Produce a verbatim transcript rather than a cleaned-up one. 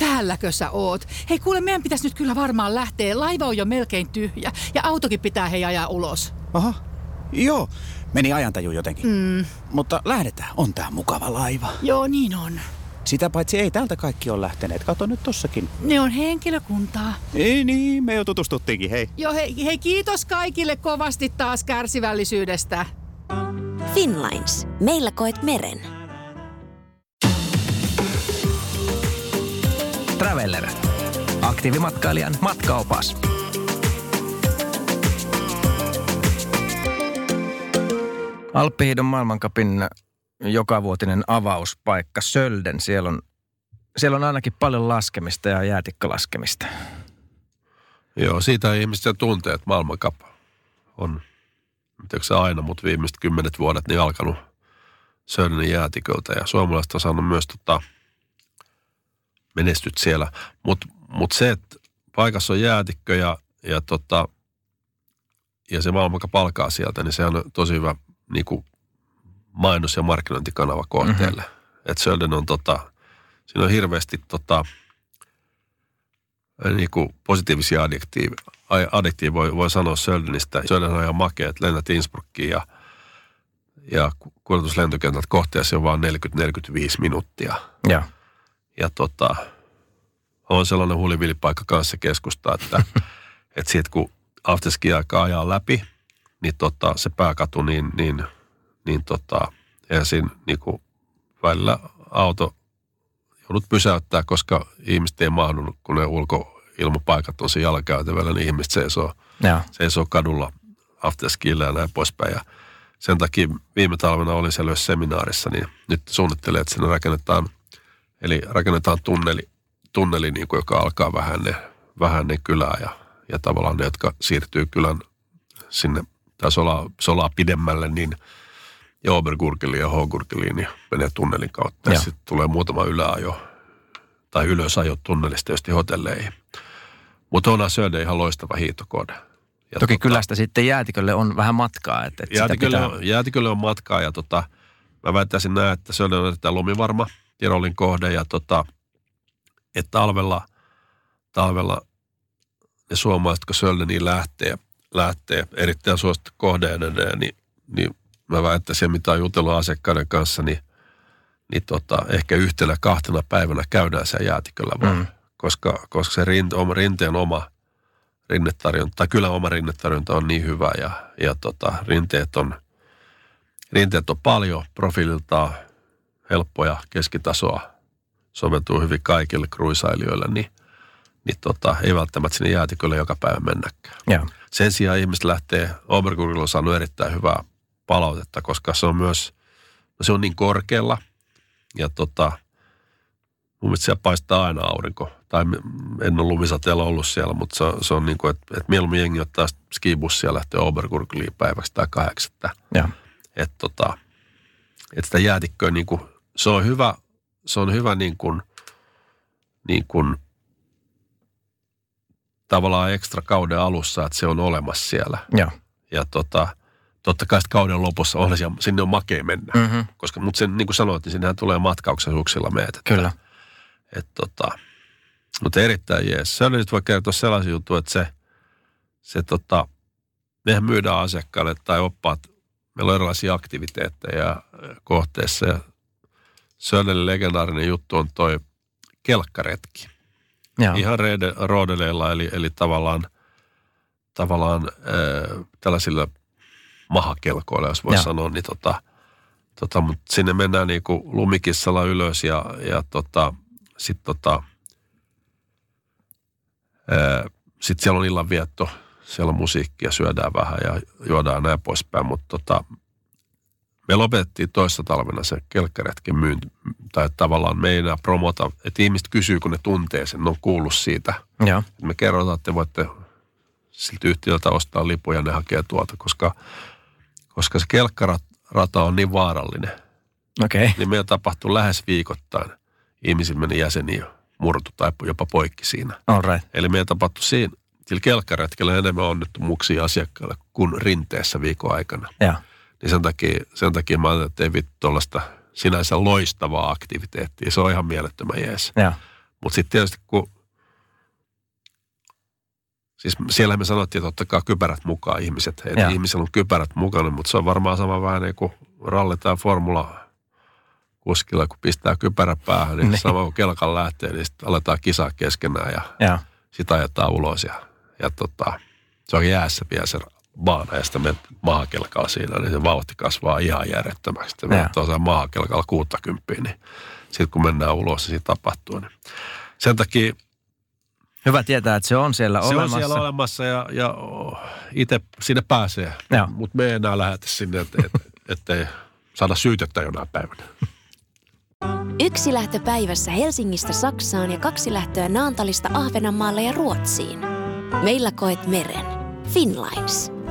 Täälläkö sä oot? Hei kuule, meidän pitäisi nyt kyllä varmaan lähteä. Laiva on jo melkein tyhjä ja autokin pitää hei ajaa ulos. Aha, joo. Meni ajantaju jotenkin. Mm. Mutta lähdetään. On tää mukava laiva. Joo, niin on. Sitä paitsi ei täältä kaikki ole lähteneet. Kato nyt tossakin. Ne on henkilökuntaa. Ei niin, me jo tutustuttiinkin, hei. Joo, hei, hei kiitos kaikille kovasti taas kärsivällisyydestä. Finnlines. Meillä koet meren. Traveller. Aktiivimatkailijan matkaopas. Alppihiidon maailmancupin jokavuotinen avauspaikka Sölden. Siellä on, siellä on ainakin paljon laskemista ja jäätikkölaskemista. Joo, siitä ihmisten tunteet maailmancap on, miten se aina, mutta viimeiset kymmenet vuodet niin alkanut Söldenin jäätiköltä. Ja suomalaiset on saanut myös tota, menestyt siellä. Mutta mut se, että paikassa on jäätikkö ja, ja, tota, ja se maailmancap alkaa sieltä, niin se on tosi hyvä niin kuin mainos- ja markkinointikanava kohteelle. Mm-hmm. Että Sölden on tota, siinä on hirveästi tota, niin kuin positiivisia adjektiiveja. Adjektiivi voi, voi sanoa Söldenistä. Sölden on ihan makea, että lennät Innsbruckiin ja, ja kuljetuslentokentältä kohteessa on vaan neljäkymmentä neljäkymmentäviisi minuuttia. Ja, ja tota, on sellainen hulivillipaikka kanssa keskusta, että et siitä kun afterski-aikaa ajaa läpi, niin tota, se pääkatu, niin, niin, niin tota, eihän siinä niinku välillä auto joudut pysäyttää, koska ihmiset ei mahdunut, kun ne ulkoilmapaikat on se jalkakäytävällä, niin ihmiset seisoo, seisoo kadulla afterskillä ja näin poispäin. Ja sen takia viime talvena olin siellä seminaarissa, niin nyt suunnittelee, että sinne rakennetaan, eli rakennetaan tunneli, tunneli niin kuin, joka alkaa vähän ne, vähän ne kylää ja, ja tavallaan ne, jotka siirtyy kylän sinne tai solaa, solaa pidemmälle, niin ja Obergurkeliin ja Hogurkeliin, niin menee tunnelin kautta. Ja sitten tulee muutama yläajo tai ylösajo tunnelista tietysti hotelleihin. Mutta onhan Sölden ihan loistava hiihtokohde. Ja toki tota, kylästä sitten jäätikölle on vähän matkaa. Että, että jäätikölle, sitä pitää... on, jäätikölle on matkaa ja tota, mä väittäisin näin, että Sölden on erittäin lumivarma Tirolin kohde ja tota, että talvella, talvella ne suomalaiset, kun Söldeniin lähtee, lähtee erittäin suosittu kohde edelleen, niin, niin mä väittäisin, mitä on jutellut asiakkaiden kanssa, niin, niin tota, ehkä yhtenä kahtena päivänä käydään siellä jäätiköllä vaan. Mm. Koska, koska se rinte, oma, rinteen oma rinnetarjonta, tai kyllä oma rinnetarjonta on niin hyvä ja, ja tota, rinteet, on, rinteet on paljon profiililtaan helppoja, keskitasoa, soveltuu hyvin kaikille kruisailijoille, niin, niin tota, ei välttämättä sinne jäätikölle joka päivä mennäkään. Ja. Sen sijaan ihmiset lähtee, Obergurgilla on saanut erittäin hyvää palautetta, koska se on myös, se on niin korkealla ja tota, mun mielestä siellä paistaa aina aurinko. Tai en ole lumisateella ollut siellä, mutta se on, se on niin kuin, että, että mieluummin jengi ottaa skibussia ja lähtee Obergurgiliin päiväksi tai kahdeksi. Että tota, että sitä jäätikköä niin kuin, se on hyvä, se on hyvä niin kuin, niin kuin tavallaan ekstra kauden alussa, että se on olemassa siellä. Ja, ja tota, totta kai kauden lopussa on siellä, sinne on makea mennä. Mm-hmm. Koska, mutta sen, niin kuin sanoit, niin sinnehän tulee matkauksen suksilla meitä. Kyllä. Et, tota, mutta erittäin jees. Se nyt voi kertoa sellaisia juttuja, että se, se tota, mehän myydään asiakkaille tai oppaat, meillä on erilaisia aktiviteetteja kohteessa ja Sölden legendaarinen juttu on toi kelkkaretki. Joo. Ihan roodeleilla, eli, eli tavallaan, tavallaan äh, tällaisilla mahakelkoilla, jos voi sanoa, niin tota, tota, mutta sinne mennään niinku lumikissalla ylös ja, ja tota, sitten tota, sitten siellä on illanvietto, siellä on musiikkia, syödään vähän ja juodaan näin poispäin, mutta tota, me lopetettiin toissa talvena se kelkkaretken myynti, tai tavallaan me ei enää promota, että ihmiset kysyy, kun ne tuntee sen, ne on kuullut siitä. Ja. Me kerrotaan, että te voitte siltä yhtiöltä ostaa lipuja ja ne hakee tuolta, koska, koska se kelkkarata on niin vaarallinen. Okei. Okay. Niin meillä tapahtuu lähes viikoittain. Ihmiset meni jäseniä murtu tai jopa poikki siinä. All right. Eli meillä tapahtui siinä, sillä kelkkaretkellä enemmän onnettomuuksia asiakkaille kuin rinteessä viikon aikana. Ja. Niin sen takia, sen takia mä ajattelin, että ei vittu tuollaista sinänsä loistavaa aktiviteettia. Se on ihan mielettömän jees. Ja. Mutta sitten tietysti kun, siis siellä me sanottiin, että ottakaa kypärät mukaan ihmiset. Että ihmisillä on kypärät mukana, mutta se on varmaan sama vähän niin kuin ralli tai formula kuskilla, kun pistää kypärä päähän, niin, niin. sama kuin kelkan lähtee, niin sitten aletaan kisaa keskenään ja, ja. sitä ajetaan ulos. Ja, ja tota, se on jäässä vielä se baana ja sitten menet maakelkalla siinä, niin se vauhti kasvaa ihan järjettömäksi. Sitten menet tosiaan maakelkalla kuuttakymppiä, niin sitten kun mennään ulos, niin siinä tapahtuu. Niin. Sen takia... Hyvä tietää, että se on siellä se olemassa. Se on siellä olemassa ja, ja itse sinne pääsee, mutta me ei enää lähetä sinne, ettei et, et, et saada syytettä jonain päivänä. Yksi lähtö päivässä Helsingistä Saksaan ja kaksi lähtöä Naantalista Ahvenanmaalle ja Ruotsiin. Meillä koet meren. Finnlines.